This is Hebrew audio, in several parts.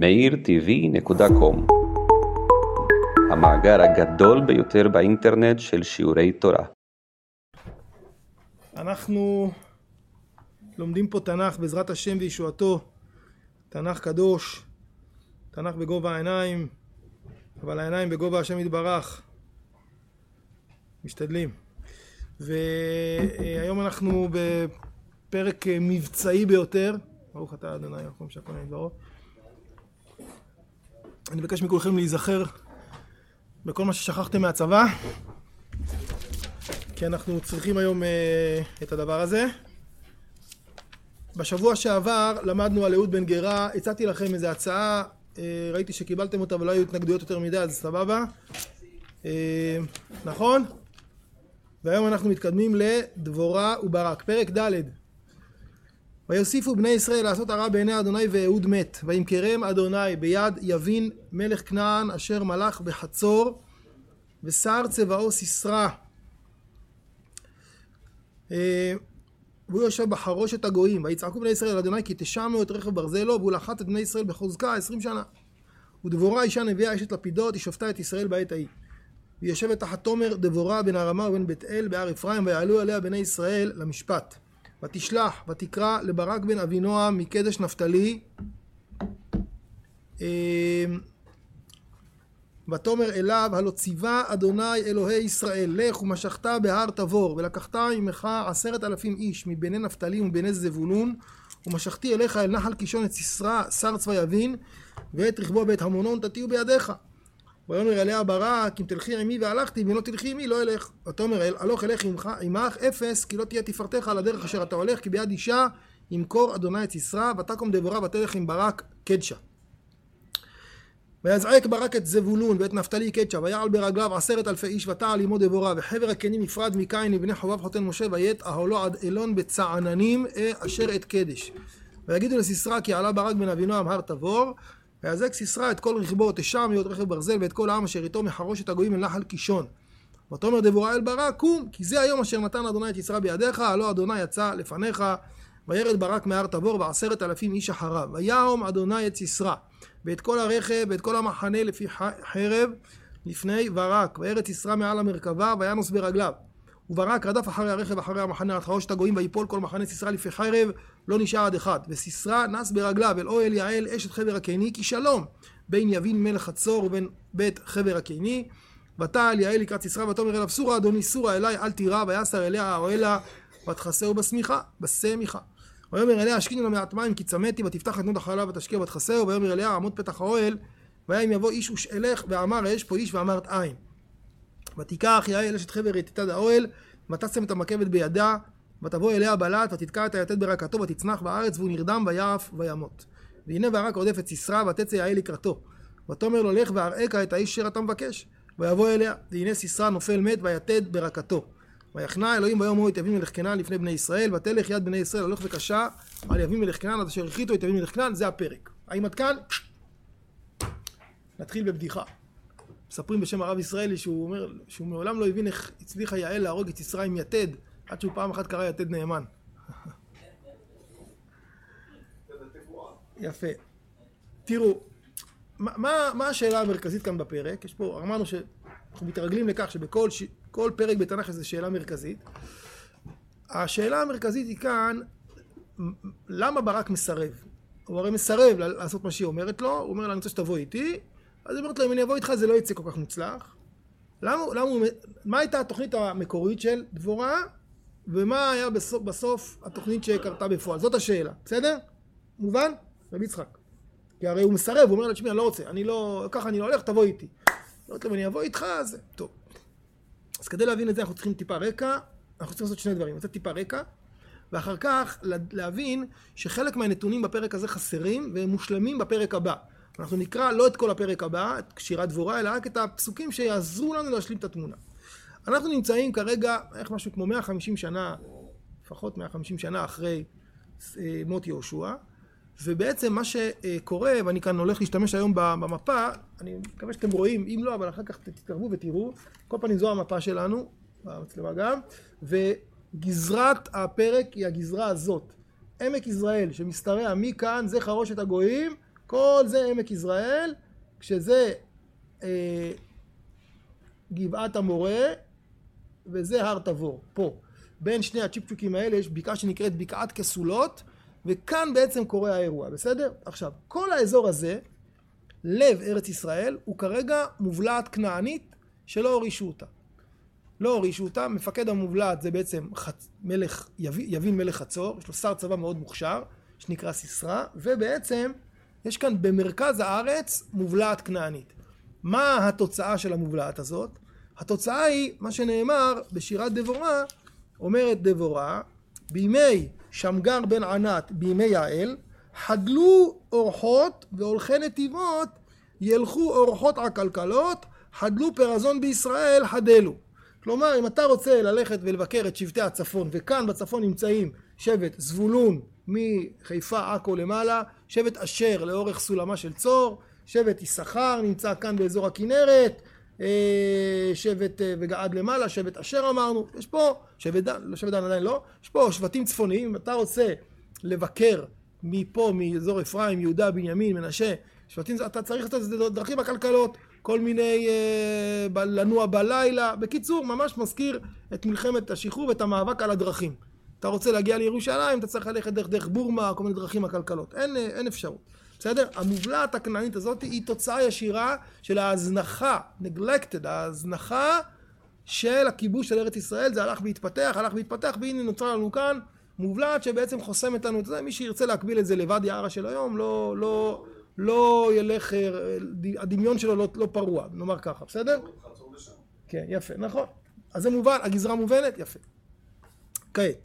meirtv.com, המאגר הגדול ביותר באינטרנט של שיעורי תורה. אנחנו לומדים פה תנ"ך בעזרת השם וישועתו, תנ"ך קדוש, תנ"ך בגובה העיניים, אבל העיניים בגובה השם יתברך. משתדלים. והיום אנחנו בפרק מבצעי ביותר. ברוך אתה אדוני מקום שהכל נדברו. אני מבקש מכולכם להיזכר בכל מה ששכחתם מהצבא, כי אנחנו צריכים היום את הדבר הזה. בשבוע שעבר למדנו על אהוד בן גרה, הצעתי לכם איזו הצעה, ראיתי שקיבלתם אותה ולא היו התנגדויות יותר מדי, אז סבבה. נכון? והיום אנחנו מתקדמים לדבורה וברק, פרק ד'. ויוסיפו בני ישראל לעשות הרע בעיני אדוני, ואהוד מת. וימכרם אדוני ביד יבין מלך כנען אשר מלך בחצור, ושר צבאו סיסרא. והוא יושב בחרושת הגויים. ויצעקו בני ישראל אדוני כי 900 רכב ברזל לו, והוא לחת את בני ישראל בחוזקה 20 שנה. ודבורה אישה נביאה אשת לפידות, היא שופטה את ישראל בעת ההיא. והיא יושבת תחת תומר דבורה בן הרמה ובן בית אל בהר אפרים, ויעלו עליה בני ישראל למשפט. ותשלח ותקרא לברק בן אבינועם מקדש נפתלי, ותאמר אליו, הלא ציווה אדוני אלוהי ישראל, לך ומשכת בהר תבור, ולקחת ממך 10,000 איש מבני נפתלי ומבני זבולון, ומשכתי אליך אל נחל קישון את סיסרא שר צבא יבין, ואת רכבו בית המונון תטיעו בידיך. ויאמר אליה ברק, אם תלכי עמי והלכתי, ואם לא תלכי עמי לא אלך. ותאמר הלוך אלך עמך אפס, כי לא תהיה תפארתך על הדרך אשר אתה הולך, כי ביד אישה ימכור אדוני את סיסרא. ותקום דבורה ותלך עם ברק קדשה. ויזעק ברק את זבולון ואת נפתלי קדשה, ויעל ברגליו 10,000 איש, ותעל עמו דבורה, וחבר הקנים נפרד מקין לבני חובב חותן משה, ויט אהלו עד אילון בצעננים אשר את קדש. ויגידו לסיסרא כי עלה ברק בן אבינועם הר תבור, ויזעק סיסרא את כל רכבו 900 רכב ברזל, ואת כל העם אשר איתו מחרושת הגויים אל נחל קישון. ותאמר דבורה אל ברק, קום, כי זה היום אשר נתן אדוני את סיסרא בידיך, הלא אדוני יצא לפניך. וירד ברק מהר תבור ו10,000 איש אחריו. ויהום אדוני את סיסרא ואת כל הרכב ואת כל המחנה לפי חרב לפני ברק. וירד סיסרא מעל המרכבה וינוס ברגליו. וברק רדף אחרי הרכב אחרי המחנה עד חרושת הגויים, ויפול כל מחנה סיסרא לפי חרב, לא נשאר עד אחד. וסיסרא נס ברגליו אל אוהל יעל אשת חבר הקיני, כי שלום בין יבין מלך חצור ובין בית חבר הקיני. ותעל יעל לקראת סיסרא ותאמר אליו, סורה אדוני סורה אליי אל תירא. ויסר אליה האוהלה ותכסהו בסמיכה. ויאמר אליה השקיני לה מעט מים כי צמאתי, ותפתח את נוד החלב ותשקה ותכסהו. ויאמר אליה עמוד פתח האוהל, והיה אם יבוא איש ושאלך, ואמר יש פה איש, ואמרת אין. ותיקח יעל אשת חבר את יתד האוהל, ותשם את המקבת בידה, ותבוא אליה בלט, ותתקע את היתד ברקתו, ותצנח בארץ, והוא נרדם ויעף וימות. והנה ברק רודף את סיסרא, ותצא יעל לקראתו. ותאמר לו לך ואראך את האיש אשר אתה מבקש. ויבוא אליה, והנה סיסרא נופל מת ויתד ברקתו. ויחנה אלוהים ביום ההוא את יבין מלך כנען לפני בני ישראל, ותלך יד בני ישראל הלוך וקשה על יבין מלך כנען עד אשר הרחיתו את יבין מלך כנען. זה הפרק. האם עד כאן? נתחיל בבדיחה. מספרים בשם הרב ישראלי שהוא אומר שהוא מעולם לא הבין איך הצליחה יעל להרוג את סיסרא עם יתד, עד שהוא פעם אחת קרא יתד נאמן. יפה. תראו, מה השאלה המרכזית כאן בפרק? יש פה, אמרנו שאנחנו מתרגלים לכך שבכל פרק בתנ"ך יש שאלה מרכזית. השאלה המרכזית היא כאן, למה ברק מסרב? הוא הרי מסרב לעשות מה שהיא אומרת לו, הוא אומר לה אני רוצה שתבוא איתי, אז היא אומרת לו, אם אני אבוא איתך זה לא יצא כל כך מוצלח. מה הייתה התוכנית המקורית של דבורה, ומה היה בסוף התוכנית שקרתה בפועל? זאת השאלה, בסדר? מובן? רבי יצחק. כי הרי הוא מסרב, הוא אומר לה, תשמעי, אני לא רוצה, ככה אני לא הולך, תבוא איתי. לא רוצה, אם אני אבוא איתך, אז טוב. אז כדי להבין את זה אנחנו צריכים טיפה רקע, אנחנו צריכים לעשות שני דברים, לתת טיפה רקע, ואחר כך להבין שחלק מהנתונים בפרק הזה חסרים, והם מושלמים בפרק הבא. אנחנו נקרא לא את כל הפרק הבא, את שירת דבורה, אלא רק את הפסוקים שיעזרו לנו להשלים את התמונה. אנחנו נמצאים כרגע, משהו כמו 150 שנה, לפחות 150 שנה אחרי מות יהושע, ובעצם מה שקורה, ואני כאן הולך להשתמש היום במפה, אני מקווה שאתם רואים, אם לא, אבל אחר כך תתקרבו ותראו, כל פעם זו המפה שלנו, במצלמה גם, וגזרת הפרק היא הגזרה הזאת. עמק יזרעאל שמשתרע מכאן, זה חרושת הגויים, כל זה עמק יזרעאל, כשזה גבעת המורה, וזה הר תבור, פה. בין שני הצ'יפצ'וקים האלה יש בקעה שנקראת בקעת כסולות, וכאן בעצם קורה האירוע, בסדר? עכשיו, כל האזור הזה, לב ארץ ישראל, הוא כרגע מובלעת כנענית שלא הורישו אותה. לא הורישו אותה, מפקד המובלעת זה בעצם יבין מלך חצור, יש לו שר צבא מאוד מוכשר, שנקרא סיסרא, ובעצם יש כאן במרכז הארץ מובלעת כנענית. מה התוצאה של המובלעת הזאת? התוצאה היא, מה שנאמר בשירת דבורה, אומרת דבורה, בימי שמגר בן ענת, בימי יעל, חדלו אורחות והולכי נתיבות, ילכו אורחות עקלקלות, חדלו פרזון בישראל, חדלו. כלומר, אם אתה רוצה ללכת ולבקר את שבטי הצפון, וכאן בצפון נמצאים שבט זבולון מחיפה עכו למעלה, שבט אשר לאורך סולמה של צור, שבט יששכר נמצא כאן באזור הכנרת, שבט וגעד למעלה, שבט אשר אמרנו, יש פה שבט דן, לא שבט דן עדיין לא, יש פה שבטים צפוניים. אם אתה רוצה לבקר מפה, מאזור אפרים, יהודה, בנימין, מנשה, שבטים, אתה צריך את הדרכים הכלכלות, כל מיני לנוע בלילה. בקיצור, ממש מזכיר את מלחמת השחרור ואת המאבק על הדרכים. אתה רוצה להגיע לירושלים, אתה צריך ללכת דרך בורמה, כל מיני דרכים הכלכלות. אין אפשרות. בסדר? המובלעת הכנענית הזאת היא תוצאה ישירה של ההזנחה, neglected, ההזנחה של הכיבוש של ארץ ישראל. זה הלך והתפתח, והנה נוצר לנו כאן מובלעת שבעצם חוסמת לנו את זה. מי שירצה להקביל את זה לוואדי ערה של היום, לא ילך, הדמיון שלו לא פרוע, נאמר ככה, בסדר? כן, יפה, נכון. אז זה מובן, הגזרה מובנת, יפה. כעת.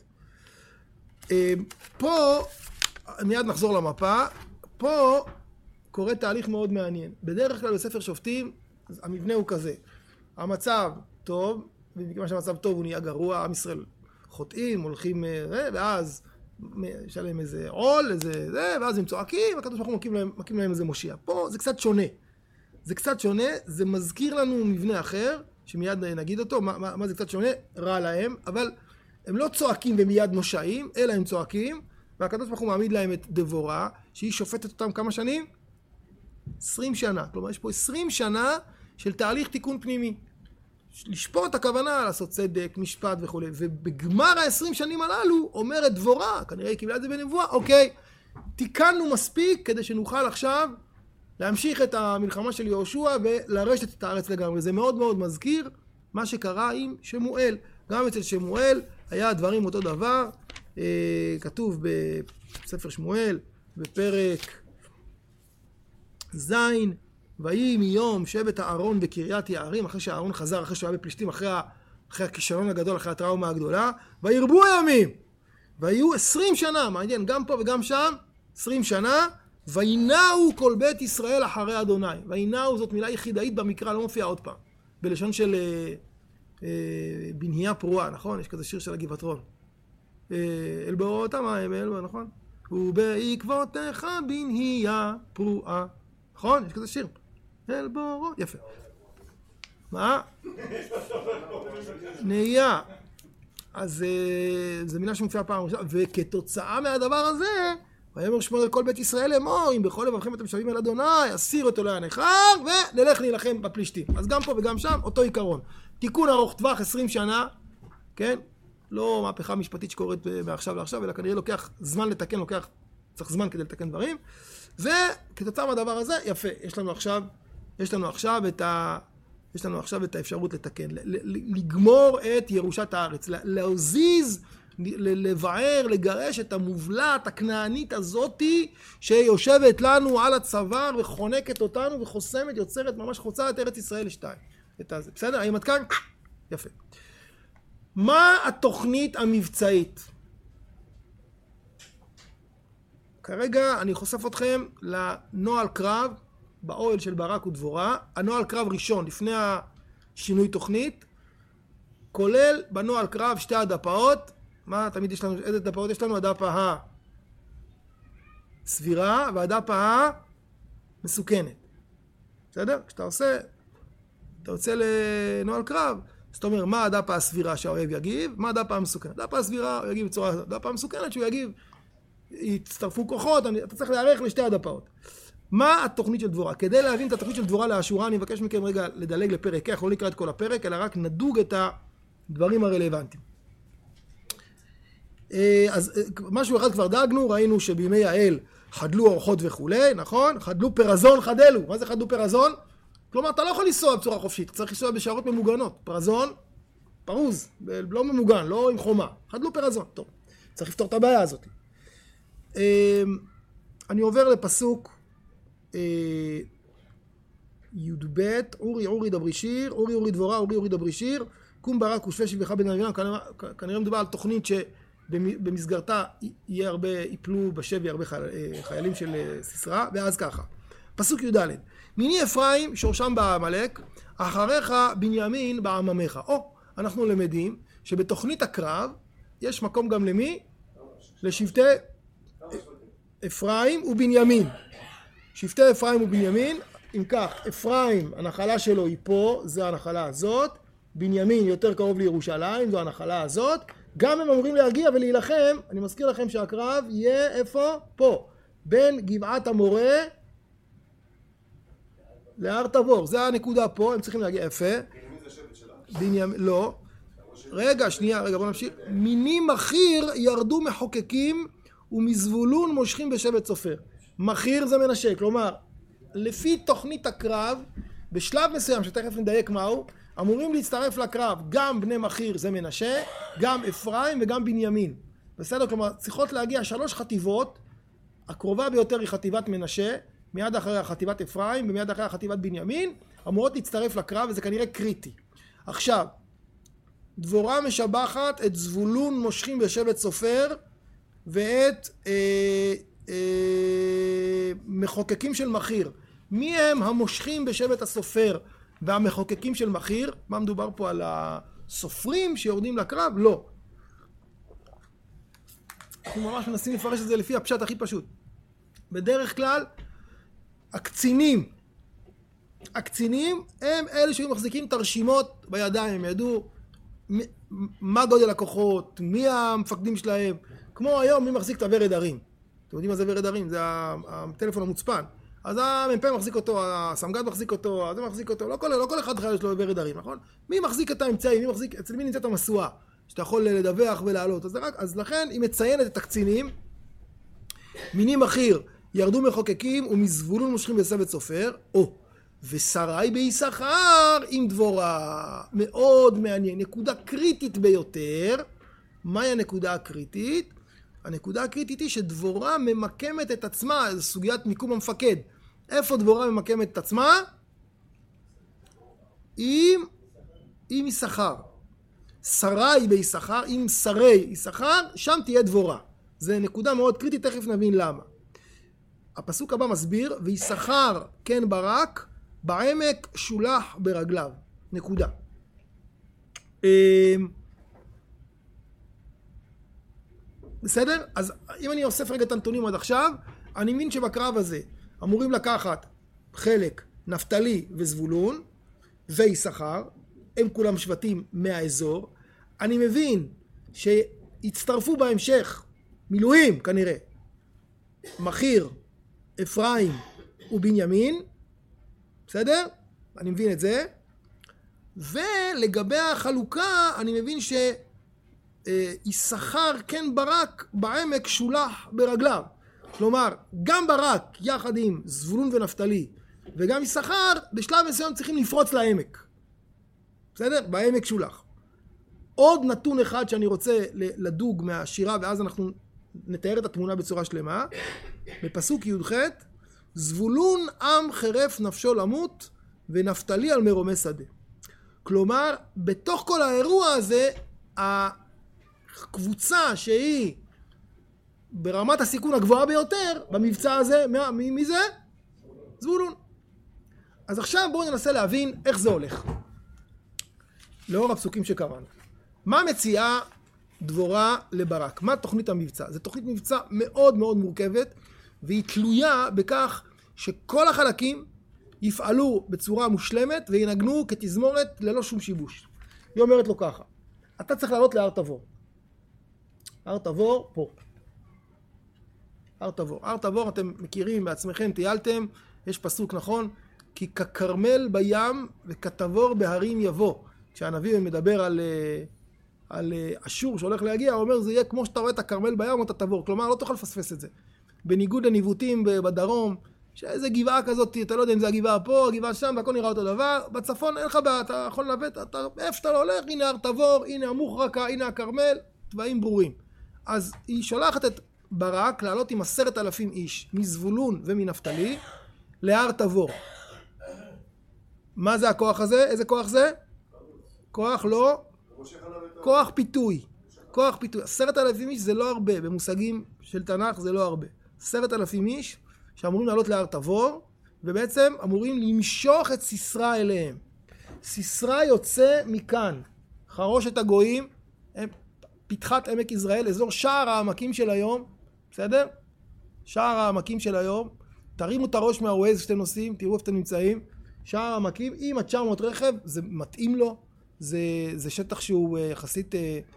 פה, מיד נחזור למפה, פה קורה תהליך מאוד מעניין. בדרך כלל בספר שופטים, המבנה הוא כזה. המצב טוב, ומכיוון שהמצב טוב הוא נהיה גרוע, עם ישראל חוטאים, הולכים, ואז יש להם איזה עול, איזה זה, ואז הם צועקים, והקדוש ברוך הוא מקים להם איזה מושיע. פה זה קצת שונה. זה מזכיר לנו מבנה אחר, שמיד נגיד אותו, מה זה קצת שונה? רע להם, אבל הם לא צועקים ומיד נושעים, אלא הם צועקים, והקדוש ברוך הוא מעמיד להם את דבורה, שהיא שופטת אותם כמה שנים? 20 שנה. כלומר, יש פה 20 שנה של תהליך תיקון פנימי. לשפוט הכוונה, לעשות צדק, משפט וכו'. ובגמר ה-20 שנים הללו, אומרת דבורה, כנראה היא קיבלה את זה בנבואה, אוקיי, תיקנו מספיק כדי שנוכל עכשיו להמשיך את המלחמה של יהושע ולרשת את הארץ לגמרי. זה מאוד מאוד מזכיר מה שקרה עם שמואל. גם אצל שמואל היה דברים אותו דבר. כתוב בספר שמואל, בפרק זין, ויהי מיום שבט הארון בקריית יערים, אחרי שהארון חזר, אחרי שהוא היה בפלישתים, אחרי הכישלון הגדול, אחרי הטראומה הגדולה, וירבו הימים, והיו 20 שנה, מעניין, גם פה וגם שם, 20 שנה, וינאו כל בית ישראל אחרי אדוני. וינאו זאת מילה יחידאית במקרא, לא מופיעה עוד פעם, בלשון של בנהיה פרועה, נכון? יש כזה שיר של הגבעתרון. אל בארות המים, נכון? ובעקבותיך בנהיה פרועה. נכון? יש כזה שיר. אל בארות, יפה. מה? נהיה. אז זו מילה שמופיעה פעם ראשונה, וכתוצאה מהדבר הזה, ויאמר שמואל אל כל בית ישראל לאמור, אם בכל לבבכם אתם שבים אל אדוני, אסיר אותו לנכר, ונלך להילחם בפלישתים. אז גם פה וגם שם, אותו עיקרון. תיקון ארוך טווח, 20 שנה, כן? לא מהפכה משפטית שקורית מעכשיו לעכשיו, אלא כנראה לוקח זמן לתקן, צריך זמן כדי לתקן דברים. וכתוצאה מהדבר הזה, יפה, יש לנו עכשיו את האפשרות לתקן, לגמור את ירושת הארץ, להזיז, לבער, לגרש את המובלעת הכנענית הזאתי שיושבת לנו על הצוואר וחונקת אותנו וחוסמת, יוצרת, ממש חוצה את ארץ ישראל לשתיים. בסדר? האם עד כאן? יפה. מה התוכנית המבצעית? כרגע אני חושף אתכם לנועל קרב באוהל של ברק ודבורה. הנועל קרב ראשון, לפני השינוי תוכנית, כולל בנועל קרב שתי הדפאות. מה תמיד יש לנו? איזה דפאות יש לנו? הדפה הסבירה והדפה המסוכנת. בסדר? כשאתה יוצא לנועל קרב, זאת אומרת, מה הדפה הסבירה שהאוהב יגיב? מה הדפה המסוכנת? הדפה הסבירה הוא יגיב בצורה, הדפה המסוכנת שהוא יגיב, יצטרפו כוחות, אתה צריך להיערך לשתי הדפאות. מה התוכנית של דבורה? כדי להבין את התוכנית של דבורה לאשורה, אני מבקש מכם רגע לדלג לפרק, איך לא לקרוא את כל הפרק, אלא רק נדוג את הדברים הרלוונטיים. אז משהו אחד כבר דאגנו, ראינו שבימי האל חדלו אורחות וכולי, נכון? חדלו פרזון חדלו. מה זה חדלו פרזון? כלומר, אתה לא יכול לנסוע בצורה חופשית, צריך לנסוע בשערות ממוגנות. פרזון, פרוז, לא ממוגן, לא עם חומה. חדלו פרזון. טוב, צריך לפתור את הבעיה הזאת. אני עובר לפסוק י"ב, אורי דברי שיר, אורי דבורה, אורי דברי שיר, קום ברק ושווה שבחה בן אבינה. כנראה מדובר על תוכנית שבמסגרתה יהיה הרבה, יפלו בשבי הרבה חיילים של סיסרא, ואז ככה. פסוק י"ד, מיני אפרים שורשם בעמלק, אחריך בנימין בעממך. אנחנו למדים שבתוכנית הקרב יש מקום גם למי? לשבטי אפרים ובנימין. שבטי אפרים ובנימין, אם כך, אפרים, הנחלה שלו היא פה, זו הנחלה הזאת, בנימין יותר קרוב לירושלים, זו הנחלה הזאת, גם הם אמורים להגיע ולהילחם. אני מזכיר לכם שהקרב יהיה איפה? פה, בין גבעת המורה להר תבור, זה הנקודה פה, הם צריכים להגיע. יפה. בנימין זה שבט שלנו. בנימין, לא. רגע, בוא נמשיך. מיני מחיר ירדו מחוקקים ומזבולון מושכים בשבט סופר. מחיר זה מנשה, כלומר, לפי תוכנית הקרב, בשלב מסוים, שתכף נדייק מהו, אמורים להצטרף לקרב גם בני מחיר זה מנשה, גם אפרים וגם בנימין. בסדר? כלומר, צריכות להגיע 3 חטיבות, הקרובה ביותר היא חטיבת מנשה, מיד אחרי חטיבת אפרים ומיד אחרי חטיבת בנימין, אמורות להצטרף לקרב, וזה כנראה קריטי. עכשיו, דבורה משבחת את זבולון מושכים בשבט סופר, ואת מחוקקים של מחיר. מי הם המושכים בשבט הסופר והמחוקקים של מחיר? מה מדובר פה על הסופרים שיורדים לקרב? לא. אנחנו ממש מנסים לפרש את זה לפי הפשט הכי פשוט. בדרך כלל, הקצינים הם אלה שהיו מחזיקים את הרשימות בידיים, הם ידעו מה גודל הכוחות, מי המפקדים שלהם, כמו היום מי מחזיק את הוורד הרים. אתם יודעים מה זה ורד הרים? זה הטלפון המוצפן. אז המ"פ מחזיק אותו, הסמג"ד מחזיק אותו, זה מחזיק אותו, לא כל אחד חייל יש לו ורד הרים, נכון? מי מחזיק את האמצעים, אצל מי נמצאת המסועה, שאתה יכול לדווח ולעלות. אז לכן היא מציינת את הקצינים, מיני מחיר ירדו מחוקקים ומזבולון מושכים בשבט סופר, ושרי ביששכר עם דבורה. מאוד מעניין, נקודה קריטית ביותר. מהי הנקודה הקריטית? הנקודה הקריטית היא שדבורה ממקמת את עצמה, זו סוגיית מיקום המפקד. איפה דבורה ממקמת את עצמה? עם יששכר. שרי ביששכר, עם שרי יששכר, שם תהיה דבורה. זה נקודה מאוד קריטית, תכף נבין למה. הפסוק הבא מסביר, ויששכר כן ברק, בעמק שולח ברגליו. נקודה. בסדר? אז אם אני אוסף רגע את הנתונים עד עכשיו, אני מבין שבקרב הזה אמורים לקחת חלק נפתלי וזבולון ויששכר, הם כולם שבטים מהאזור. אני מבין שהצטרפו בהמשך מילואים כנראה מחיר, אפרים ובנימין, בסדר? אני מבין את זה. ולגבי החלוקה אני מבין יששכר כן ברק בעמק שולח ברגליו. כלומר, גם ברק יחד עם זבולון ונפתלי וגם יששכר בשלב מסוים צריכים לפרוץ לעמק. בסדר? בעמק שולח. עוד נתון אחד שאני רוצה לדוג מהשירה, ואז אנחנו נתאר את התמונה בצורה שלמה. בפסוק י"ח, זבולון עם חרף נפשו למות ונפתלי על מרומי שדה. כלומר, בתוך כל האירוע הזה, הקבוצה שהיא ברמת הסיכון הגבוהה ביותר במבצע הזה, מי זה? זבולון. אז עכשיו בואו ננסה להבין איך זה הולך. לאור הפסוקים שקראנו. מה מציעה דבורה לברק? מה תוכנית המבצע? זו תוכנית מבצע מאוד מאוד מורכבת, והיא תלויה בכך שכל החלקים יפעלו בצורה מושלמת וינגנו כתזמורת ללא שום שיבוש. היא אומרת לו ככה, אתה צריך לעלות להר תבור. הר תבור פה. הר תבור. הר תבור אתם מכירים בעצמכם, טיילתם, יש פסוק נכון, כי ככרמל בים וכתבור בהרים יבוא. כשהנביא מדבר על אשור שהולך להגיע, הוא אומר זה יהיה כמו שאתה רואה את הכרמל בים או את התבור, כלומר לא תוכל לפספס את זה. בניגוד לניווטים בדרום, שאיזה גבעה כזאת, אתה לא יודע אם זה הגבעה פה, הגבעה שם, והכל נראה אותו דבר, בצפון אין לך בעיה, אתה יכול לנווט, איפה שאתה לא הולך, הנה הר תבור, הנה המוחרקה, הנה הכרמל, תוואים ברורים. אז היא שולחת את ברק לעלות עם 10,000 איש, מזבולון ומנפתלי, להר תבור. מה זה הכוח הזה? איזה כוח זה? כוח לא? כוח פיתוי. כוח פיתוי. 10,000 איש זה לא הרבה, במושגים של תנ"ך זה לא הרבה. 10,000 איש שאמורים לעלות להר תבור, ובעצם אמורים למשוך את סיסרא אליהם. סיסרא יוצא מכאן, חרושת הגויים, פתחת עמק יזרעאל, אזור שער העמקים של היום, בסדר? שער העמקים של היום, תרימו את הראש מהווייז שאתם נוסעים, תראו איפה אתם נמצאים, שער העמקים, עם ה-900 רכב, זה מתאים לו, זה שטח שהוא יחסית,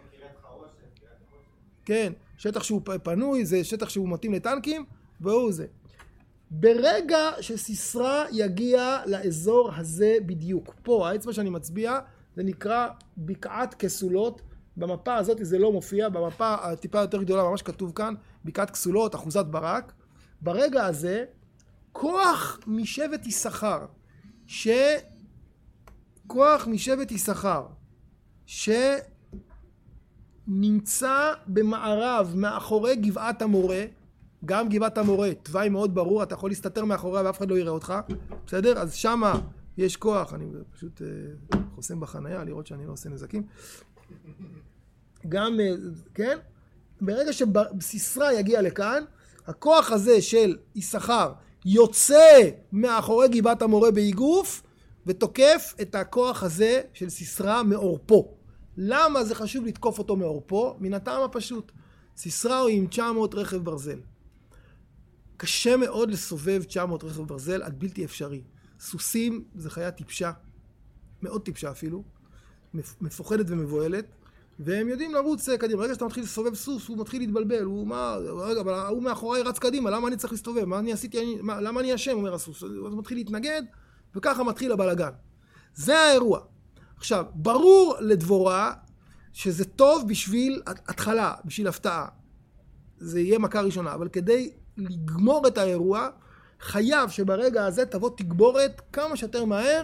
כן, שטח שהוא פנוי, זה שטח שהוא מתאים לטנקים, והוא זה. ברגע שסיסרא יגיע לאזור הזה בדיוק, פה האצבע שאני מצביע, זה נקרא בקעת כסולות, במפה הזאת זה לא מופיע, במפה הטיפה יותר גדולה ממש כתוב כאן, בקעת כסולות, אחוזת ברק. ברגע הזה, כוח משבט יששכר, כוח משבט יששכר, שנמצא במערב מאחורי גבעת המורה, גם גבעת המורה, תוואי מאוד ברור, אתה יכול להסתתר מאחוריה ואף אחד לא יראה אותך, בסדר? אז שמה יש כוח, אני פשוט חוסם בחנייה, לראות שאני לא עושה נזקים. גם, כן? ברגע שסיסרא יגיע לכאן, הכוח הזה של יששכר יוצא מאחורי גבעת המורה באיגוף, ותוקף את הכוח הזה של סיסרא מאורפו. למה זה חשוב לתקוף אותו מאורפו? מן הטעם הפשוט. סיסרא הוא עם 900 רכב ברזל. קשה מאוד לסובב 900 רכב ברזל עד בלתי אפשרי. סוסים זה חיה טיפשה, מאוד טיפשה אפילו, מפוחדת ומבוהלת, והם יודעים לרוץ קדימה. ברגע שאתה מתחיל לסובב סוס, הוא מתחיל להתבלבל, הוא מה, רגע, אבל הוא מאחוריי רץ קדימה, למה אני צריך להסתובב? מה אני עשיתי? למה אני אשם? אומר הסוס. הוא מתחיל להתנגד, וככה מתחיל הבלגן. זה האירוע. עכשיו, ברור לדבורה שזה טוב בשביל התחלה, בשביל הפתעה. זה יהיה מכה ראשונה, אבל כדי לגמור את האירוע, חייב שברגע הזה תבוא תגבורת כמה שיותר מהר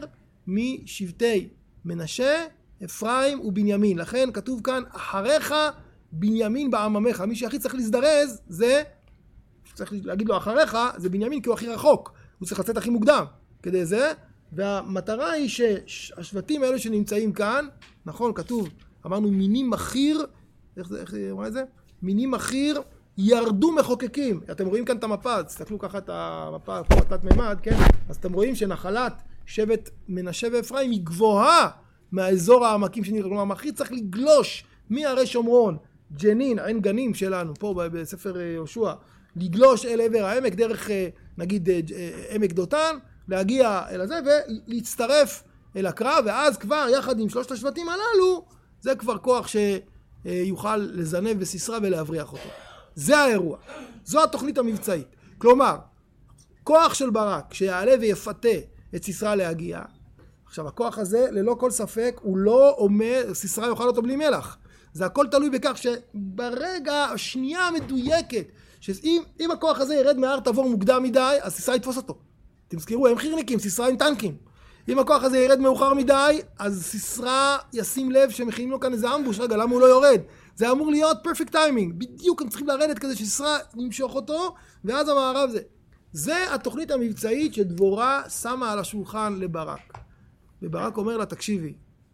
משבטי מנשה, אפרים ובנימין. לכן כתוב כאן, אחריך בנימין בעממך. מי שהכי צריך להזדרז זה, צריך להגיד לו אחריך, זה בנימין כי הוא הכי רחוק. הוא צריך לצאת הכי מוקדם כדי זה. והמטרה היא שהשבטים האלה שנמצאים כאן, נכון, כתוב, אמרנו מיני מחיר, איך אמרה את זה? מיני מחיר ירדו מחוקקים. אתם רואים כאן את המפה, תסתכלו ככה את המפה, פה תלת מימד, כן? אז אתם רואים שנחלת שבט מנשה ואפרים היא גבוהה מהאזור העמקים שנקרא, כלומר, הכי צריך לגלוש מהרי שומרון, ג'נין, עין גנים שלנו, פה בספר יהושע, לגלוש אל עבר העמק, דרך נגיד עמק דותן, להגיע אל הזה ולהצטרף אל הקרב, ואז כבר יחד עם שלושת השבטים הללו, זה כבר כוח שיוכל לזנב בסיסרא ולהבריח אותו. זה האירוע. זו התוכנית המבצעית. כלומר, כוח של ברק שיעלה ויפתה את סיסרא להגיע, עכשיו הכוח הזה ללא כל ספק הוא לא אומר, סיסרא יאכל אותו בלי מלח. זה הכל תלוי בכך שברגע השנייה המדויקת, שאם הכוח הזה ירד מהר תבור מוקדם מדי, אז סיסרא יתפוס אותו. תזכרו, הם חירניקים, סיסרא עם טנקים. אם הכוח הזה ירד מאוחר מדי, אז סיסרא ישים לב שמכינים לו כאן איזה אמבוש, רגע, למה הוא לא יורד? זה אמור להיות perfect timing, בדיוק הם צריכים לרדת כזה שסיסרא ימשוך אותו, ואז המערב זה. זה התוכנית המבצעית שדבורה שמה על השולחן לברק. וברק אומר לה, תקשיבי,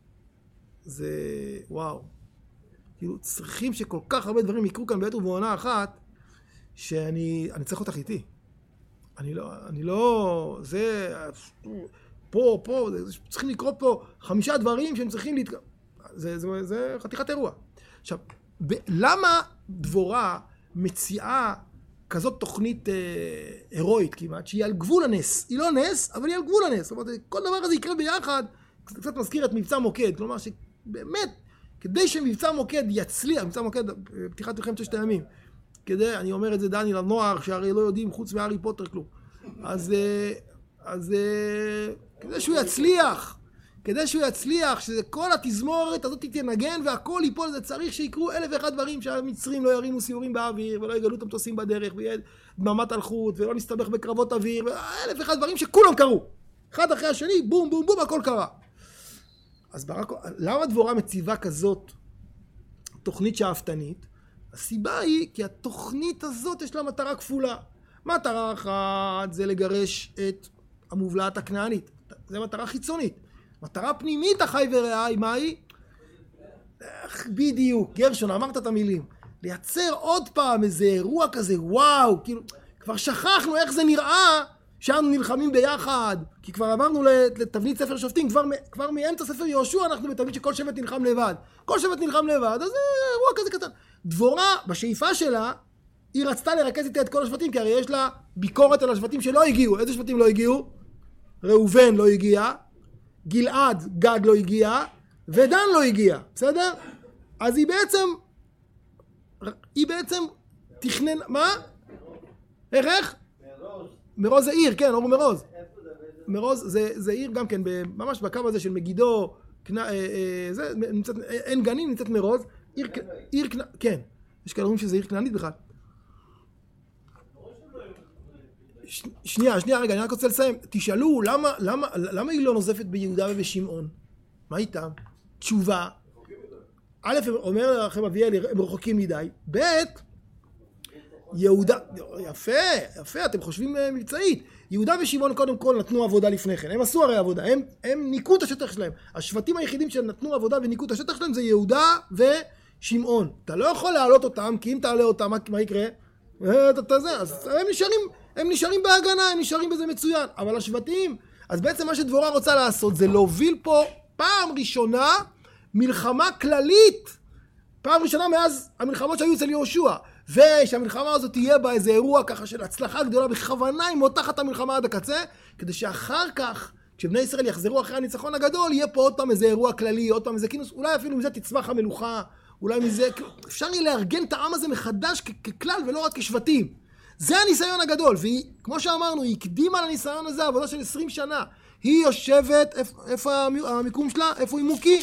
זה וואו. כאילו, צריכים שכל כך הרבה דברים יקרו כאן בעת ובעונה אחת, שאני צריך אותך איתי. אני לא, זה, פה, צריכים לקרות פה 5 דברים שהם צריכים זה חתיכת אירוע. עכשיו, למה דבורה מציעה כזאת תוכנית הירואית כמעט, שהיא על גבול הנס? היא לא נס, אבל היא על גבול הנס. זאת אומרת, כל דבר הזה יקרה ביחד, קצת מזכיר את מבצע מוקד. כלומר, שבאמת, כדי שמבצע מוקד יצליח, מבצע מוקד, פתיחת מלחמת ששת הימים, כדי, אני אומר את זה דני לנוער, שהרי לא יודעים חוץ מהארי פוטר כלום. אז כדי שהוא יצליח, שכל התזמורת הזאת תתנגן והכל ייפול, זה צריך שיקרו 1,001 דברים, שהמצרים לא ירימו סיורים באוויר, ולא יגלו את המטוסים בדרך, ויהיה דממת הלכות, ולא נסתבך בקרבות אוויר, 1,001 דברים שכולם קרו. אחד אחרי השני, בום בום בום, הכל קרה. אז למה דבורה מציבה כזאת תוכנית שאפתנית? הסיבה היא כי התוכנית הזאת יש לה מטרה כפולה. מטרה אחת זה לגרש את המובלעת הכנענית. זו מטרה חיצונית. מטרה פנימית, אחי ורעי, מה היא? בדיוק, גרשון, אמרת את המילים. לייצר עוד פעם איזה אירוע כזה, וואו, כאילו, כבר שכחנו איך זה נראה שאנו נלחמים ביחד. כי כבר עברנו לתבנית ספר שופטים, כבר מאמצע ספר יהושע אנחנו בתבנית שכל שבט נלחם לבד. כל שבט נלחם לבד, אז זה אירוע כזה קטן. דבורה, בשאיפה שלה, היא רצתה לרכז איתה את כל השבטים, כי הרי יש לה ביקורת על השבטים שלא הגיעו. איזה שבטים לא הגיעו? ראובן לא הגיע, גלעד, גד לא הגיע, ודן לא הגיע, בסדר? אז היא בעצם תכנן, מה? איך? מרוז זה עיר, כן, אורו מרוז. מרוז זה עיר גם כן, ממש בקו הזה של מגידו, אין גנים, נמצאת מרוז. עיר, כן, יש כאלה אומרים שזה עיר כנענית בכלל. שנייה, רגע, אני רק רוצה לסיים. תשאלו, למה היא לא נוזפת ביהודה ובשמעון? מה איתם? תשובה. א', אומר לכם אביאל, הם רחוקים מדי. ב', יהודה, יפה, אתם חושבים מבצעית. יהודה ושמעון קודם כל נתנו עבודה לפני כן. הם עשו הרי עבודה, הם ניקו את השטח שלהם. השבטים היחידים שנתנו עבודה וניקו את השטח שלהם זה יהודה ושמעון. אתה לא יכול להעלות אותם, כי אם תעלה אותם, מה יקרה? אז הם נשארים בהגנה, הם נשארים בזה מצוין. אבל השבטים, אז בעצם מה שדבורה רוצה לעשות זה להוביל פה פעם ראשונה מלחמה כללית. פעם ראשונה מאז המלחמות שהיו אצל יהושע. ושהמלחמה הזאת תהיה בה איזה אירוע ככה של הצלחה גדולה בכוונה, היא מותחת המלחמה עד הקצה, כדי שאחר כך, כשבני ישראל יחזרו אחרי הניצחון הגדול, יהיה פה עוד פעם איזה אירוע כללי, עוד פעם איזה כינוס, אולי אפילו מזה תצמח המלוכה, אולי מזה, אפשר יהיה לארגן את העם הזה מחדש ככלל ולא רק כשבטים. זה הניסיון הגדול, והיא, כמו שאמרנו, היא הקדימה לניסיון הזה עבודה של 20 שנה. היא יושבת, איפה המיקום שלה? איפה היא מוקי?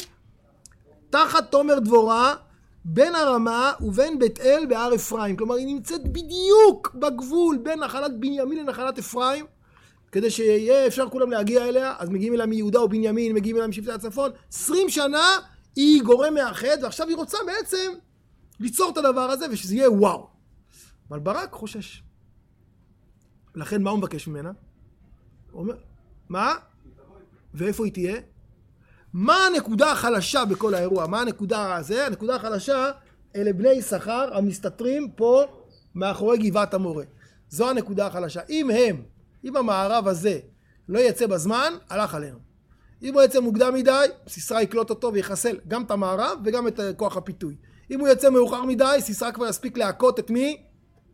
תחת תומר דבורה, בין הרמה ובין בית אל בהר אפרים. כלומר, היא נמצאת בדיוק בגבול בין נחלת בנימין לנחלת אפרים, כדי שיהיה אפשר כולם להגיע אליה, אז מגיעים אליה מיהודה או בנימין, מגיעים אליה משבטי הצפון. 20 שנה היא גורם מאחד, ועכשיו היא רוצה בעצם ליצור את הדבר הזה, ושזה יהיה וואו. אבל ברק חושש. לכן מה הוא מבקש ממנה? הוא אומר, מה? ואיפה היא תהיה? מה הנקודה החלשה בכל האירוע? מה הנקודה הזה? הנקודה החלשה, אלה בני יששכר המסתתרים פה מאחורי גבעת המורה. זו הנקודה החלשה. אם המערב הזה לא יצא בזמן, הלך עלינו. אם הוא יצא מוקדם מדי, סיסרא יקלוט אותו ויחסל גם את המערב וגם את כוח הפיתוי. אם הוא יצא מאוחר מדי, סיסרא כבר יספיק להכות את מי?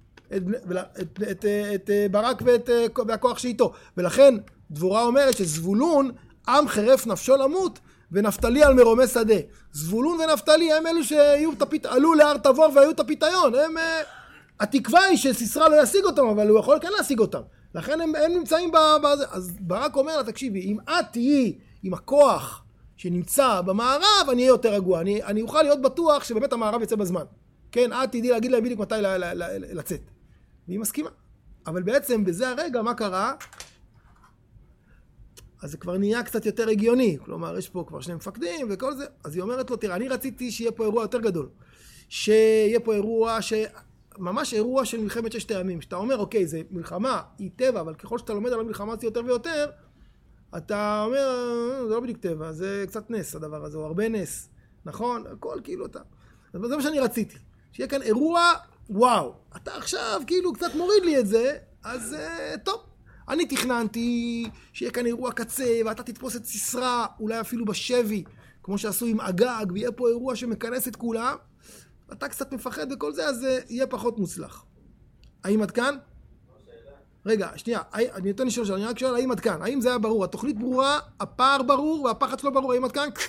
את ברק והכוח שאיתו. ולכן דבורה אומרת שזבולון עם חרף נפשו למות, ונפתלי על מרומי שדה. זבולון ונפתלי הם אלו עלו להר תבור והיו את הפיתיון. התקווה היא שסיסרא לא ישיג אותם, אבל הוא יכול כן להשיג אותם. לכן הם נמצאים בזה. אז ברק אומר לה, תקשיבי, אם את תהיי עם הכוח שנמצא במערב, אני אהיה יותר רגוע. אני אוכל להיות בטוח שבאמת המערב יצא בזמן. כן, את תדעי להגיד להם בדיוק מתי לצאת. והיא מסכימה. אבל בעצם בזה הרגע, מה קרה? אז זה כבר נהיה קצת יותר הגיוני. כלומר, יש פה כבר שני מפקדים וכל זה. אז היא אומרת לו, תראה, אני רציתי שיהיה פה אירוע יותר גדול. שיהיה פה אירוע ממש אירוע של מלחמת ששת הימים. שאתה אומר, אוקיי, זה מלחמה, היא טבע, אבל ככל שאתה לומד על המלחמה הזאת יותר ויותר, אתה אומר, זה לא בדיוק טבע, זה קצת נס הדבר הזה, או הרבה נס. נכון? הכל כאילו אתה. זה מה שאני רציתי. שיהיה כאן אירוע, וואו. אתה עכשיו כאילו קצת מוריד לי את זה, אז טוב. אני תכננתי שיהיה כאן אירוע קצה, ואתה תתפוס את סיסרא, אולי אפילו בשבי, כמו שעשו עם אגג, ויהיה פה אירוע שמכנס את כולם. אתה קצת מפחד וכל זה, אז זה יהיה פחות מוצלח. האם עד כאן? רגע, שנייה, אני נותן לשאול, אני רק שואל, האם עד כאן? האם זה היה ברור? התוכנית ברורה, הפער ברור, והפחד שלו ברור, האם עד כאן?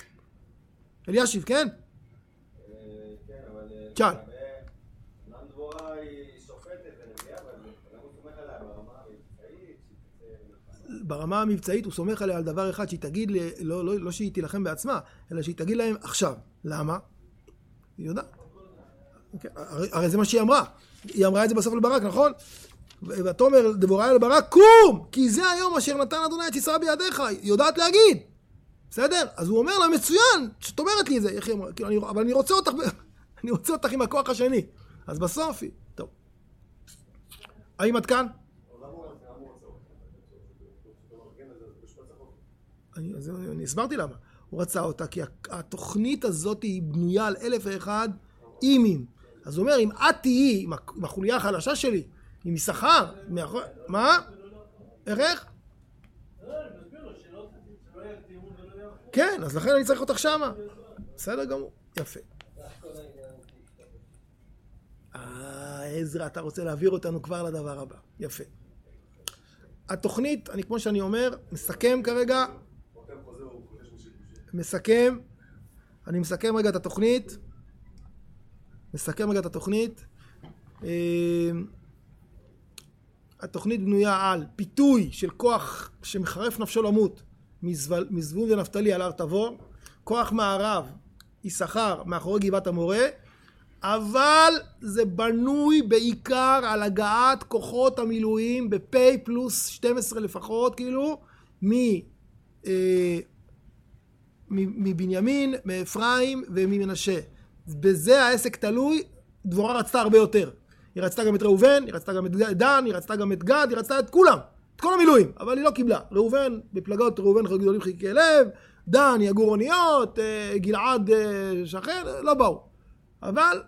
אלישיב, כן? כן, אבל... שאל. אומנם דבורה היא ברמה המבצעית הוא סומך עליה על דבר אחד, שהיא תגיד, לא שהיא תילחם בעצמה, אלא שהיא תגיד להם עכשיו. למה? היא יודעת. הרי זה מה שהיא אמרה. היא אמרה את זה בסוף לברק, נכון? ותאמר דבורה אל ברק, קום! כי זה היום אשר נתן אדוני את סיסרא בידיך. היא יודעת להגיד. בסדר? אז הוא אומר לה, מצוין, שאת אומרת לי את זה. אבל אני רוצה אותך עם הכוח השני. אז בסוף היא... טוב. האם עד כאן? אני הסברתי למה. הוא רצה אותה, כי התוכנית הזאת היא בנויה על 1001 אימים. אז הוא אומר, אם את תהיי עם החוליה החלשה שלי, עם יששכר, מה? איך? כן, אז לכן אני צריך אותך שמה. בסדר גמור, יפה. עזרא, אתה רוצה להעביר אותנו כבר לדבר הבא. יפה. התוכנית, כמו שאני אומר, מסכם כרגע. אני מסכם רגע את התוכנית. התוכנית בנויה על פיתוי של כוח שמחרף נפשו למות מזבולון ונפתלי על הר תבור, כוח מערב יששכר מאחורי גבעת המורה, אבל זה בנוי בעיקר על הגעת כוחות המילואים בפי פלוס 12 לפחות, כאילו, מבנימין, מאפרים וממנשה. בזה העסק תלוי. דבורה רצתה הרבה יותר. היא רצתה גם את ראובן, היא רצתה גם את דן, היא רצתה גם את גד, היא רצתה את כולם, את כל המילואים, אבל היא לא קיבלה. ראובן, בפלגות ראובן גדולים חיכי לב, דן יגור אוניות, גלעד שכן, לא באו. אבל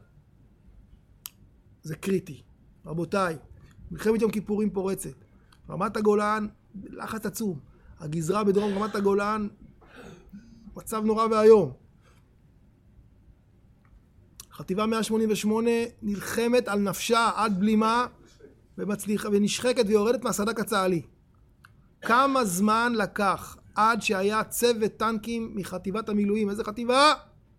זה קריטי. רבותיי, מלחמת יום כיפורים פורצת. רמת הגולן, לחץ עצום. הגזרה בדרום רמת הגולן, מצב נורא והיום. חטיבה 188 נלחמת על נפשה עד בלימה ומצליחה ונשחקת ויורדת מהסד"כ הצה"לי. כמה זמן לקח עד שהיה צוות טנקים מחטיבת המילואים? איזה חטיבה?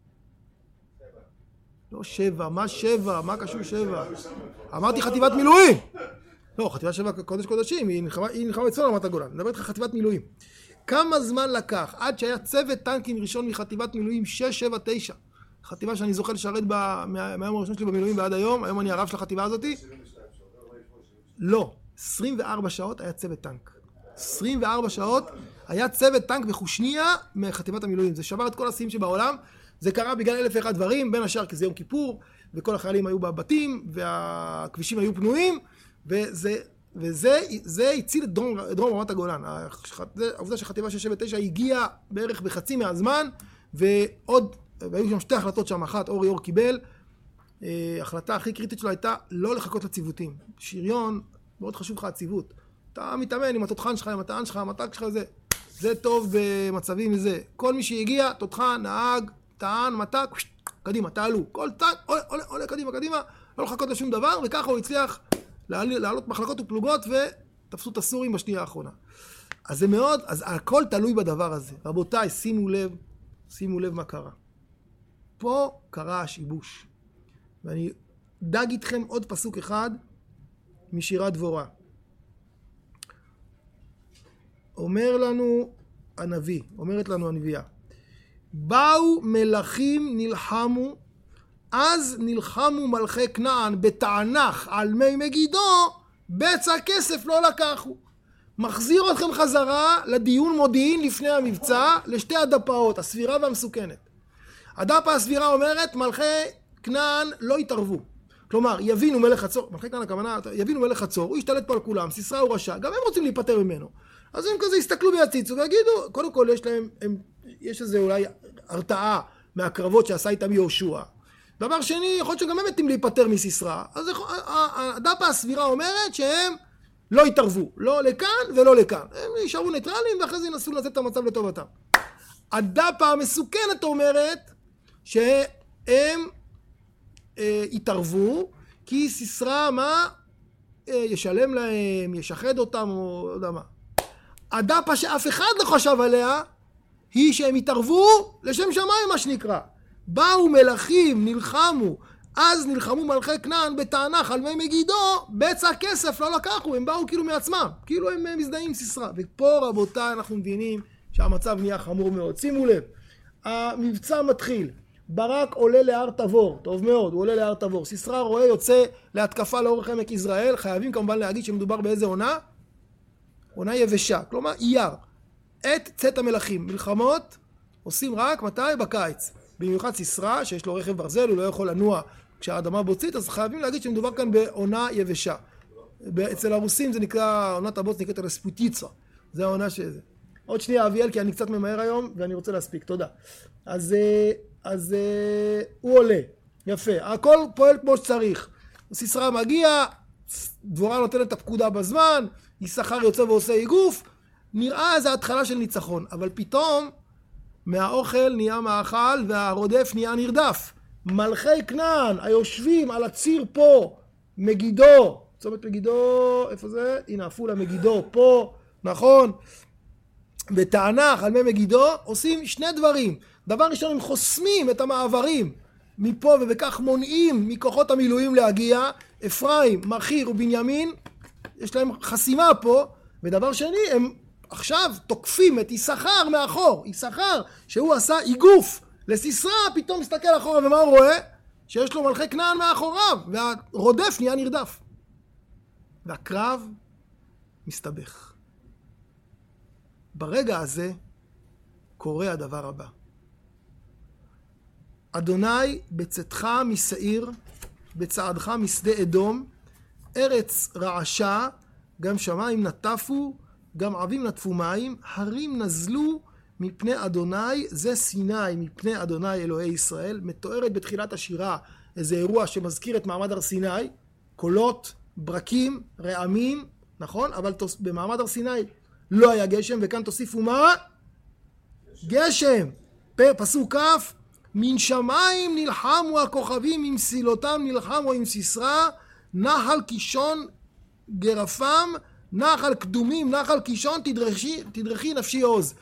לא 7, מה 7? מה קשור 7? אמרתי חטיבת מילואים. לא, חטיבת 7 קודש קודשים, היא נלחמה בצפון רמת הגולן. אני מדבר איתך חטיבת מילואים. כמה זמן לקח עד שהיה צוות טנקים ראשון מחטיבת מילואים 679? חטיבה שאני זוכה לשרת מהיום הראשון שלי במילואים ועד היום. היום אני הרב של החטיבה הזאת. לא, 24 שעות היה צוות טנק. 24 שעות היה צוות טנק בחושניה מחטיבת המילואים. זה שבר את כל השיאים שבעולם. זה קרה בגלל 1001 דברים, בין השאר כי זה יום כיפור, וכל החיילים היו בבתים, והכבישים היו פנויים, וזה הציל את דרום רמת הגולן. העובדה שחטיבה 679 הגיעה בערך בחצי מהזמן, והיו שם שתי החלטות שם. אחת, אור קיבל, החלטה הכי קריטית שלו הייתה לא לחכות לציוותים. שריון, מאוד חשוב לך הציוות. אתה מתאמן עם התותחן שלך, עם הטען שלך, המתק שלך, זה טוב במצבים מזה. כל מי שהגיע, תותחן, נהג, טען, מתק, קדימה, תעלו. כל טנק, עולה קדימה, לא לחכות לשום דבר, וככה הוא הצליח לעלות מחלקות ופלוגות, ותפסו את הסורים בשנייה האחרונה. אז זה מאוד, אז הכל תלוי בדבר הזה. רבותיי, שימו לב מה קרה. פה קרה השיבוש. ואני דג איתכם עוד פסוק אחד משירת דבורה. אומרת לנו הנביאה, באו מלכים נלחמו, אז נלחמו מלכי כנען בתענך על מי מגידו, בצע כסף לא לקחו. מחזיר אתכם חזרה לדיון מודיעין לפני המבצע, לשתי הדפאות, הסבירה והמסוכנת. הדפה הסבירה אומרת, מלכי כנען לא יתערבו. כלומר, יבינו מלך חצור, מלכי כנען הכוונה, יבינו מלך חצור, הוא ישתלט פה על כולם, סיסרא הוא רשע, גם הם רוצים להיפטר ממנו. אז הם כזה יסתכלו ויציצו ויגידו, קודם כל יש איזה אולי הרתעה מהקרבות שעשה איתם יהושע. דבר שני, יכול להיות שגם הם מתים להיפטר מסיסרא. אז הדפה הסבירה אומרת שהם לא יתערבו, לא לכאן ולא לכאן. הם יישארו ניטרלים ואחרי זה ינסו לתת את המצב לטובתם. הדפה המסוכנת אומרת שהם יתערבו, כי סיסרא מה? ישלם להם, ישחד אותם או לא יודע מה. הדפה שאף אחד לא חשב עליה, היא שהם יתערבו לשם שמיים מה שנקרא. באו מלכים, נלחמו, אז נלחמו מלכי כנען בתענך על מי מגידו, בצע כסף לא לקחו, הם באו כאילו מעצמם, כאילו הם מזדהים עם סיסרא. ופה רבותיי אנחנו מבינים שהמצב נהיה חמור מאוד. שימו לב, המבצע מתחיל, ברק עולה להר תבור, טוב מאוד, הוא עולה להר תבור, סיסרא רואה יוצא להתקפה לאורך עמק יזרעאל, חייבים כמובן להגיד שמדובר באיזה עונה? עונה יבשה, כלומר אייר, עת צאת המלכים, מלחמות עושים רק מתי? בקיץ. במיוחד סיסרא שיש לו רכב ברזל, הוא לא יכול לנוע כשהאדמה בוצית, אז חייבים להגיד שמדובר כאן בעונה יבשה. אצל הרוסים זה נקרא, עונת הבוץ נקראת רספוטיצה, זה העונה שזה. עוד שנייה אביאל, כי אני קצת ממהר היום ואני רוצה להספיק, תודה. אז הוא עולה, יפה, הכל פועל כמו שצריך. סיסרא מגיע, דבורה נותנת את הפקודה בזמן, יששכר יוצא ועושה איגוף, נראה איזו התחלה של ניצחון, אבל פתאום מהאוכל נהיה מאכל והרודף נהיה נרדף. מלכי כנען היושבים על הציר פה, מגידו, צומת מגידו, איפה זה? הנה עפולה מגידו, פה, נכון? בתענך על מי מגידו עושים שני דברים. דבר ראשון, הם חוסמים את המעברים מפה ובכך מונעים מכוחות המילואים להגיע. אפרים, מחיר ובנימין, יש להם חסימה פה. ודבר שני, הם עכשיו תוקפים את יששכר מאחור. יששכר שהוא עשה איגוף לסיסרא, פתאום מסתכל אחורה ומה הוא רואה? שיש לו מלכי כנען מאחוריו והרודף נהיה נרדף. והקרב מסתבך. ברגע הזה קורה הדבר הבא. אדוני בצאתך משעיר, בצעדך משדה אדום, ארץ רעשה, גם שמיים נטפו, גם עבים נטפו מים, הרים נזלו מפני אדוני, זה סיני מפני אדוני אלוהי ישראל. מתוארת בתחילת השירה איזה אירוע שמזכיר את מעמד הר סיני, קולות, ברקים, רעמים, נכון? אבל במעמד הר סיני לא היה גשם, וכאן תוסיפו מה? גשם. פסוק כף, מן שמיים נלחמו הכוכבים, עם סילותם נלחמו עם סיסרא, נחל קישון גרפם, נחל קדומים, נחל קישון, תדרכי נפשי עוז.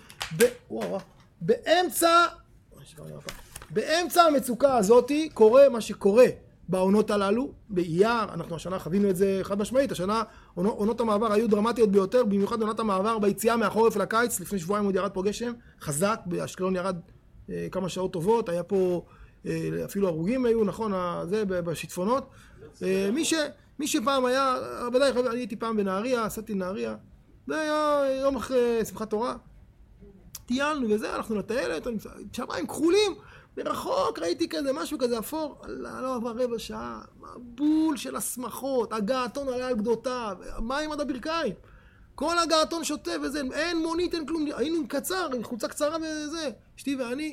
באמצע המצוקה הזאת קורה מה שקורה בעונות הללו, באייר, אנחנו השנה חווינו את זה חד משמעית, השנה עונות המעבר היו דרמטיות ביותר, במיוחד עונות המעבר ביציאה מהחורף לקיץ, לפני שבועיים עוד ירד פה גשם חזק, באשקלון ירד כמה שעות טובות, היה פה אפילו הרוגים היו, נכון, זה בשיטפונות. מי שפעם היה, בוודאי אני הייתי פעם בנהריה, עשיתי נהריה, זה היה יום אחרי שמחת תורה, טיילנו וזה, הלכנו לטיילת, שמיים כחולים, מרחוק ראיתי כזה, משהו כזה אפור, לא עברה רבע שעה, מבול של הסמכות, הגעתון עלה על גדותיו, מים עד הברכיים, כל הגעתון שוטף וזה, אין מונית, אין כלום, היינו קצר, חולצה קצרה וזה, אשתי ואני,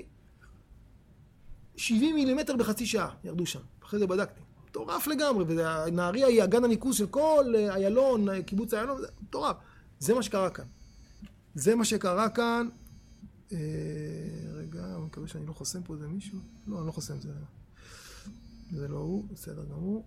70 מילימטר בחצי שעה ירדו שם, אחרי זה בדקתי, מטורף לגמרי, ונהריה היא אגן הניקוז של כל איילון, קיבוץ איילון, זה מטורף, זה מה שקרה כאן. זה מה שקרה כאן, רגע, אני מקווה שאני לא חוסם פה איזה מישהו, לא, אני לא חוסם, זה לא הוא, בסדר גמור.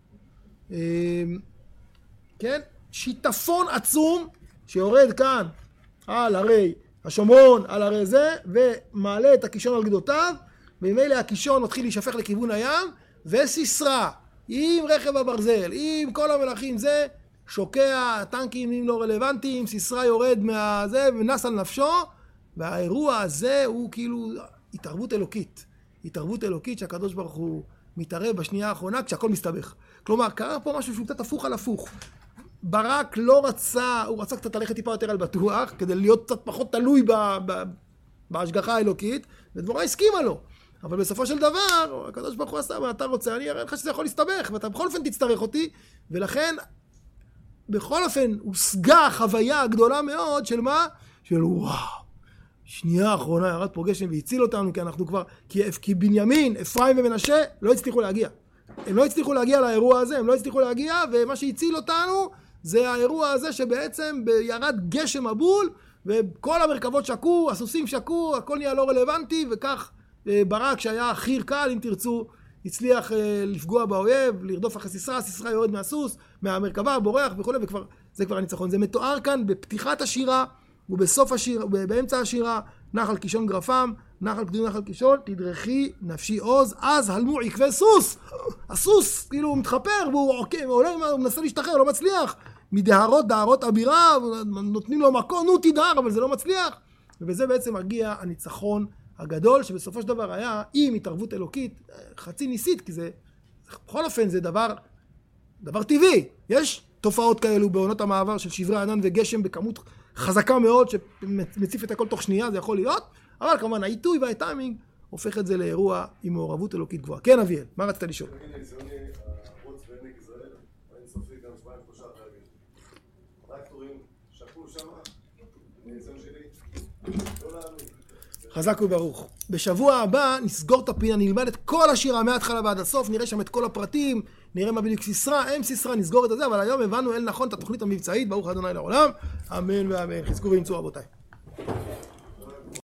כן, שיטפון עצום שיורד כאן על הרי השומרון, על הרי זה, ומעלה את הקישון על גדותיו, וממילא הקישון מתחיל להישפך לכיוון הים, וסיסרא, עם רכב הברזל, עם כל המלכים זה, שוקע, טנקים אם לא רלוונטיים, סיסרא יורד מהזה ונס על נפשו, והאירוע הזה הוא כאילו התערבות אלוקית. התערבות אלוקית שהקדוש ברוך הוא מתערב בשנייה האחרונה כשהכל מסתבך. כלומר, קרה פה משהו שהוא קצת הפוך על הפוך. ברק לא רצה, הוא רצה קצת ללכת טיפה יותר על בטוח, כדי להיות קצת פחות תלוי בהשגחה האלוקית, ודבורה הסכימה לו. אבל בסופו של דבר, הקדוש ברוך הוא עשה, אתה רוצה, אני אראה לך שזה יכול להסתבך, ואתה בכל אופן תצטרך אותי, ולכן, בכל אופן, הושגה חוויה גדולה מאוד של מה? של וואו, שנייה האחרונה ירד פה גשם והציל אותנו, כי אנחנו כבר, כי בנימין, אפרים ומנשה לא הצליחו להגיע. הם לא הצליחו להגיע לאירוע הזה, הם לא הצליחו להגיע, ומה שהציל אותנו זה האירוע הזה שבעצם ירד גשם מבול, וכל המרכבות שקו, הסוסים שקו, הכל נהיה לא רלוונטי, וכך ברק שהיה חי"ר קל, אם תרצו, הצליח לפגוע באויב, לרדוף אחרי סיסרא, סיסרא יורד מהסוס, מהמרכבה, בורח וכו', וכבר, זה כבר הניצחון. זה מתואר כאן בפתיחת השירה, ובסוף השירה, באמצע השירה, נחל קישון גרפם, נחל קדום נחל קישון, תדרכי נפשי עוז, אז הלמו עקבי סוס. הסוס כאילו הוא מתחפר והוא עולה, הוא מנסה להשתחרר, לא מצליח. מדהרות, דהרות אבירה, נותנים לו מקום, נו תדהר, אבל זה לא מצליח. ובזה בעצם מגיע הניצחון הגדול, שבסופו של דבר היה עם התערבות אלוקית, חצי ניסית, כי זה, בכל אופן זה דבר טבעי. יש תופעות כאלו בעונות המעבר של שברי ענן וגשם בכמות חזקה מאוד, שמציף את הכל תוך שנייה, זה יכול להיות, אבל כמובן העיתוי והטיימינג הופך את זה לאירוע עם מעורבות אלוקית גבוהה. כן, אביאל, מה רצית לשאול? תגיד לי, ציוני, הרוץ בעמק ישראל, אין סופי גם 2-3 חייבים. טרקטורים, שקול שמה, ניסיון שלי, לא להאמין. חזק וברוך. בשבוע הבא נסגור את הפינה, נלמד את כל השירה מההתחלה ועד הסוף, נראה שם את כל הפרטים, נראה מה בדיוק סיסרא, אם סיסרא, נסגור את זה, אבל היום הבנו אל נכון את התוכנית המבצעית, ברוך ה' לעולם, אמן ואמן. חזקו ואמצו רבותיי.